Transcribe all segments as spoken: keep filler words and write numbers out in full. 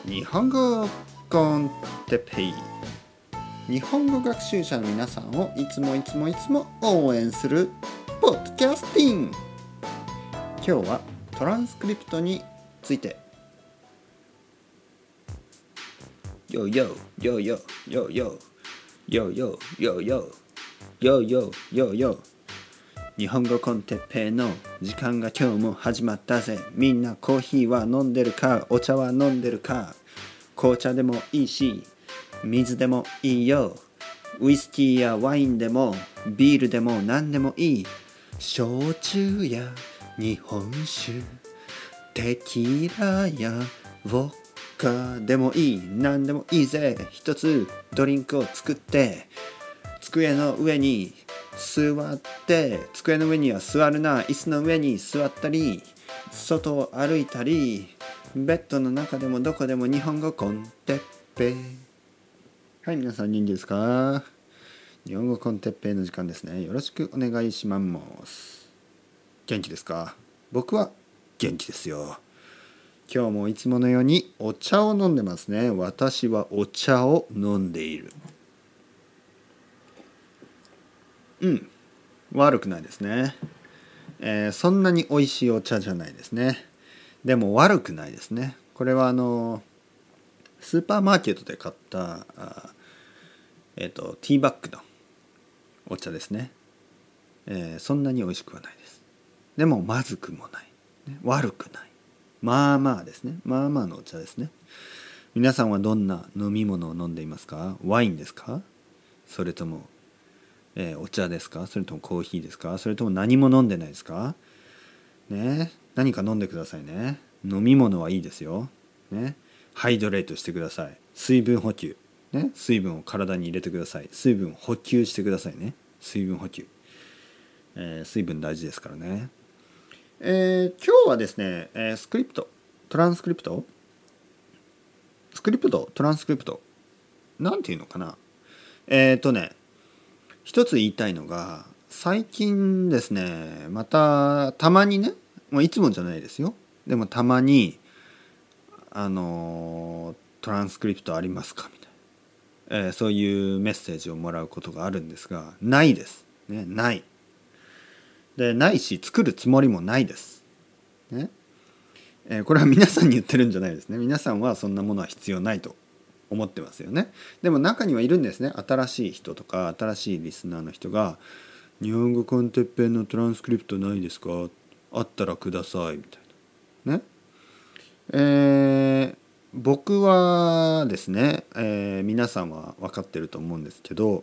日本語コンテペイ、日本語学習者の皆さんをいつもいつもいつも応援するポッドキャスティング。今日はトランスクリプトについて。ヨヨヨヨヨヨヨヨヨヨヨヨヨヨ日本語コンテペイの時間が今日も始まったぜ。みんなコーヒーは飲んでるか、お茶は飲んでるか。紅茶でもいいし、水でもいいよ。ウイスキーやワインでもビールでも何でもいい。焼酎や日本酒、テキーラやウォッカでもいい。何でもいいぜ。一つドリンクを作って机の上に座って、机の上には座るな、椅子の上に座ったり、外を歩いたり、ベッドの中でもどこでも日本語コンテッペイ。はい、皆さん元気ですか？日本語コンテッペイの時間ですね。よろしくお願いします。元気ですか？僕は元気ですよ。今日もいつものようにお茶を飲んでますね。私はお茶を飲んでいる。うん、悪くないですね、えー、そんなに美味しいお茶じゃないですね。でも悪くないですね。これはあのスーパーマーケットで買ったあ、えーと、ティーバッグのお茶ですね、えー、そんなに美味しくはないです。でもまずくもない、ね、悪くない、まあまあですね。まあまあのお茶ですね。皆さんはどんな飲み物を飲んでいますか？ワインですか？それともえー、お茶ですか？それともコーヒーですか？それとも何も飲んでないですか？ね、何か飲んでくださいね。飲み物はいいですよ。ね、ハイドレートしてください。水分補給。ね、水分を体に入れてください。水分を補給してくださいね。水分補給。えー、水分大事ですからね。えー、今日はですね、えー、スクリプト、トランスクリプト、スクリプト、トランスクリプト、なんていうのかな。えっとね、一つ言いたいのが、最近ですね、またたまにね、もういつもじゃないですよ。でもたまにあのトランスクリプトありますかみたいな、えー、そういうメッセージをもらうことがあるんですが、ないです。ね、ない。で、ないし作るつもりもないです。ね、えー、これは皆さんに言ってるんじゃないですね。皆さんはそんなものは必要ないと思ってますよね。でも中にはいるんですね。新しい人とか新しいリスナーの人が、日本語コンテッペイのトランスクリプトないですか？あったらくださいみたいなね。えー、僕はですね、えー、皆さんは分かってると思うんですけど、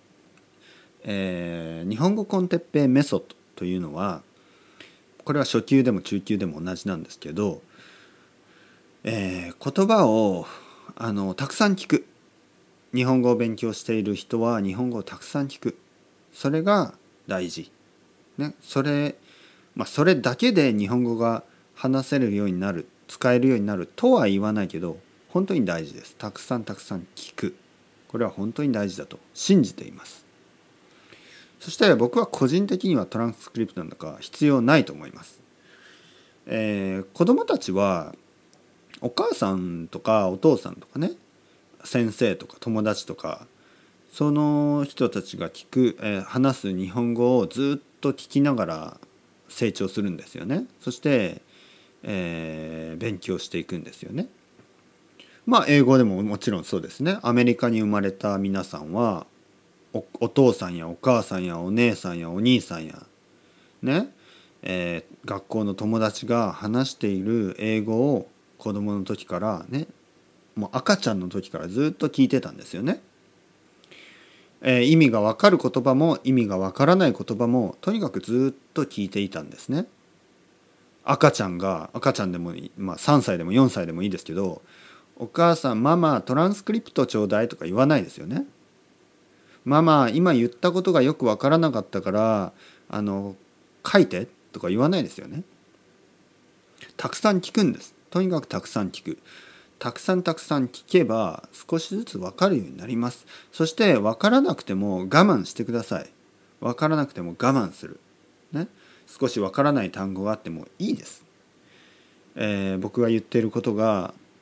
えー、日本語コンテッペイメソッドというのは、これは初級でも中級でも同じなんですけど、えー、言葉をあのたくさん聞く。日本語を勉強している人は日本語をたくさん聞く。それが大事、ね、それ、まあ、それだけで日本語が話せるようになる、使えるようになるとは言わないけど、本当に大事です。たくさんたくさん聞く。これは本当に大事だと信じています。そして僕は個人的にはトランスクリプトなんか必要ないと思います。えー、子供たちはお母さんとかお父さんとかね、先生とか友達とか、その人たちが聞く、えー、話す日本語をずっと聞きながら成長するんですよね。そして、えー、勉強していくんですよね。まあ英語でももちろんそうですね。アメリカに生まれた皆さんは お, お父さんやお母さんやお姉さんやお兄さんやね、えー、学校の友達が話している英語を子供の時からね、もう赤ちゃんの時からずっと聞いてたんですよね。えー、意味がわかる言葉も意味がわからない言葉もとにかくずっと聞いていたんですね。赤ちゃんが赤ちゃんでもいい、まあ、さんさいでもよんさいでもいいですけど、お母さんママトランスクリプトちょうだいとか言わないですよね。ママ今言ったことがよくわからなかったからあの書いてとか言わないですよね。たくさん聞くんです。とにかくたくさん聞く。たくさんたくさん聞けば少しずつ分かるようになります。そして分からなくても我慢してください。分からなくても我慢する、ね、少し分からない単語があってもいいです。えー、僕が言っていることが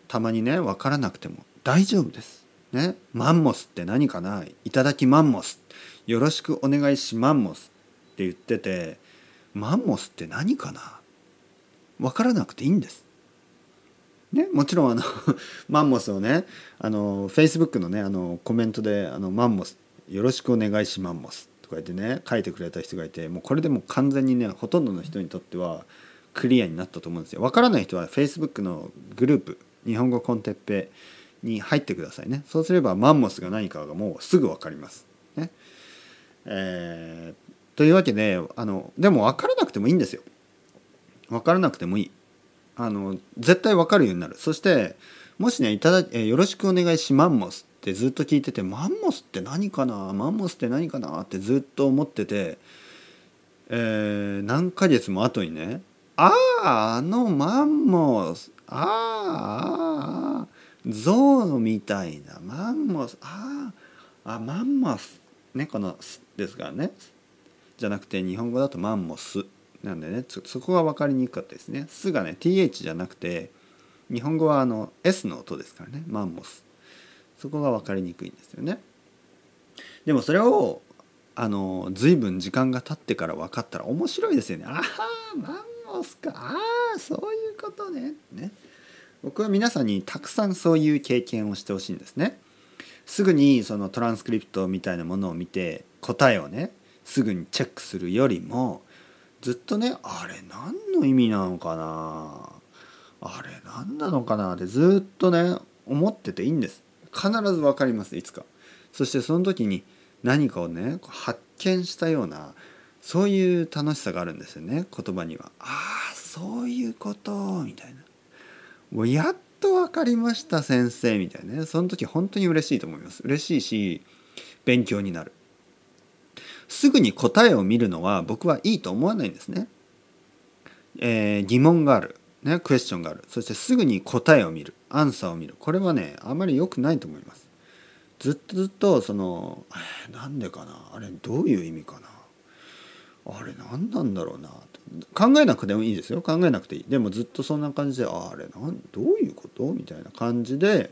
たまにね分からなくても大丈夫です、ね、マンモスって何かな、いただきマンモス、よろしくお願いしマンモスって言ってて、マンモスって何かな分からなくていいんです、ね、もちろんあのマンモスをね、あの Facebook のねあのコメントであのマンモスよろしくお願いしマンモスとか言ってね書いてくれた人がいて、もうこれでもう完全にねほとんどの人にとってはクリアになったと思うんですよ。わからない人は Facebook のグループ日本語コンテッペに入ってくださいね。そうすればマンモスが何かがもうすぐわかりますね。えー、というわけであのでも分からなくてもいいんですよ。分からなくてもいい。あの絶対分かるようになる。そしてもしねいただ、えー、よろしくお願いしマンモスってずっと聞いてて、マンモスって何かなマンモスって何かなってずっと思ってて、えー、何ヶ月も後にね、あああのマンモス、ああああゾウみたいなマンモス、あああマンモスね、この「ス」ですからね、じゃなくて日本語だとマンモスなんでね、ちょっとそこが分かりにくかったですね。「ス」がね ティーエイチ じゃなくて日本語はあの エス の音ですからね、マンモス、そこが分かりにくいんですよね。でもそれをあの随分時間が経ってから分かったら面白いですよね。ああマンモスか、ああそういうことねね。僕は皆さんにたくさんそういう経験をしてほしいんですね。すぐにそのトランスクリプトみたいなものを見て答えをねすぐにチェックするよりも、ずっとねあれ何の意味なのかな、あれ何なのかなってずっとね思ってていいんです。必ず分かります、いつか。そしてその時に何かをね発見したような、そういう楽しさがあるんですよね、言葉には。ああそういうことみたいな、もうやっと分かりました先生みたいなね、その時本当に嬉しいと思います。嬉しいし勉強になる。すぐに答えを見るのは僕はいいと思わないんですね。えー、疑問がある、ね、クエスチョンがある、そしてすぐに答えを見る、アンサーを見る、これはねあまり良くないと思います。ずっとずっとその、えー、なんでかな、あれどういう意味かな、あれ何なんだろうな、考えなくてもいいですよ、考えなくていい。でもずっとそんな感じで、ああれなんどういうことみたいな感じで、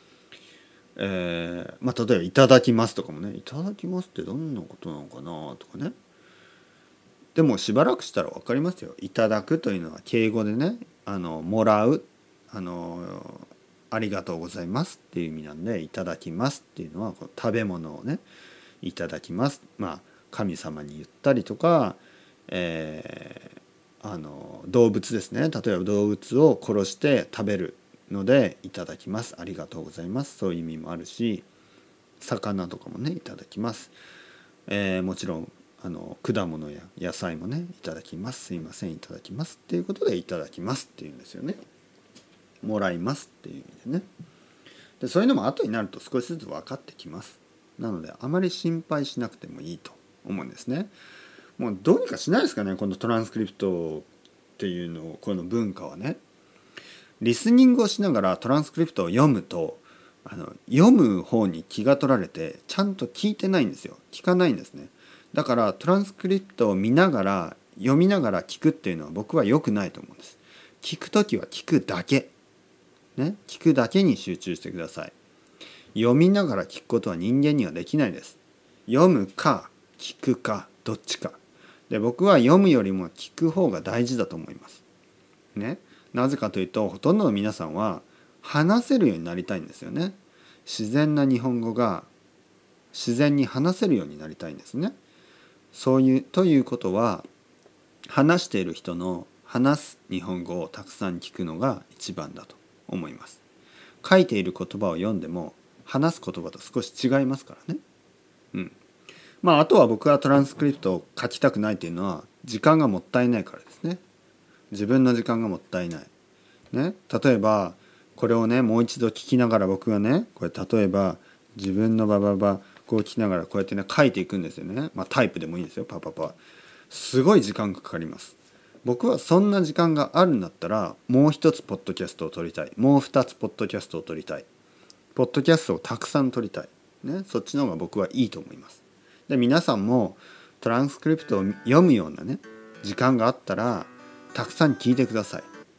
えー、まあ例えば「いただきます」とかもね、「いただきます」ってどんなことなのかなとかね。でもしばらくしたら分かりますよ。いただくというのは敬語でね、あのもらう、あのありがとうございますっていう意味なんで、いただきますっていうのはこの食べ物をねいただきます、まあ神様に言ったりとか、えー、あの動物ですね、例えば動物を殺して食べるのでいただきます、ありがとうございます、そういう意味もあるし、魚とかもねいただきます、えー、もちろんあの果物や野菜もねいただきます、すいませんいただきますっていうことでいただきますっていうんですよね。もらいますっていう意味でね。でそういうのも後になると少しずつ分かってきます。なのであまり心配しなくてもいいと思うんですね。もうどうにかしないですかね、このトランスクリプトっていうのを、この文化はね。リスニングをしながらトランスクリプトを読むと、あの読む方に気が取られてちゃんと聞いてないんですよ。聞かないんですね。だからトランスクリプトを見ながら読みながら聞くっていうのは僕は良くないと思うんです。聞くときは聞くだけ、ね、聞くだけに集中してください。読みながら聞くことは人間にはできないです。読むか聞くかどっちかで、僕は読むよりも聞く方が大事だと思います、ね、なぜかというとほとんどの皆さんは話せるようになりたいんですよね。自然な日本語が自然に話せるようになりたいんですね。そういうということは、話している人の話す日本語をたくさん聞くのが一番だと思います。書いている言葉を読んでも話す言葉と少し違いますからね。うん。まああとは僕はトランスクリプトを書きたくないというのは時間がもったいないからですね。自分の時間がもったいない。ね。例えばこれをねもう一度聞きながら僕がねこれ例えば自分のバババこう聞きながらこうやってね書いていくんですよね。まあタイプでもいいですよ。パパパ。すごい時間がかかります。僕はそんな時間があるんだったらもう一つポッドキャストを撮りたい、もう二つポッドキャストを撮りたい、ポッドキャストをたくさん撮りたい、ね、そっちの方が僕はいいと思います。で皆さんもトランスクリプトを読むようなね時間があったらたくさん聞いてください。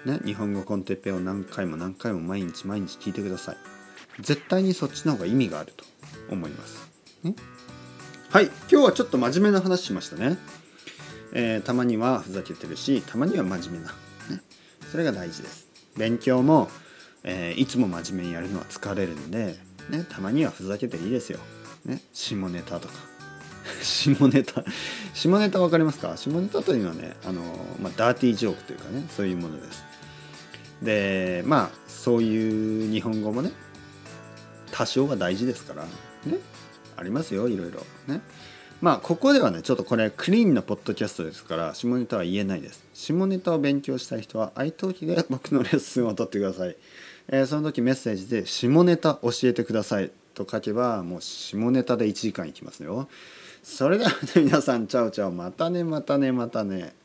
ね、日本語コンテッペを何回も何回も毎日毎日聞いてください。絶対にそっちの方が意味があると思います、ね、はい、今日はちょっと真面目な話しましたね。えー、たまにはふざけてるし、たまには真面目な、ね、それが大事です。勉強も、えー、いつも真面目にやるのは疲れるんで、ね、たまにはふざけていいですよ、ね、下ネタとか下ネタ下ネタ分かりますか？下ネタというのはね、あの、まあ、ダーティージョークというかね、そういうものです。で、まあそういう日本語もね、多少は大事ですからね、ありますよ、いろいろね。まあここではね、ちょっとこれクリーンなポッドキャストですから下ネタは言えないです。下ネタを勉強したい人は iTalki で僕のレッスンを取ってください。えー、その時メッセージで下ネタ教えてくださいと書けば、もう下ネタでいちじかんいきますよ。それでは皆さん、チャオチャオ、またねまたねまたね。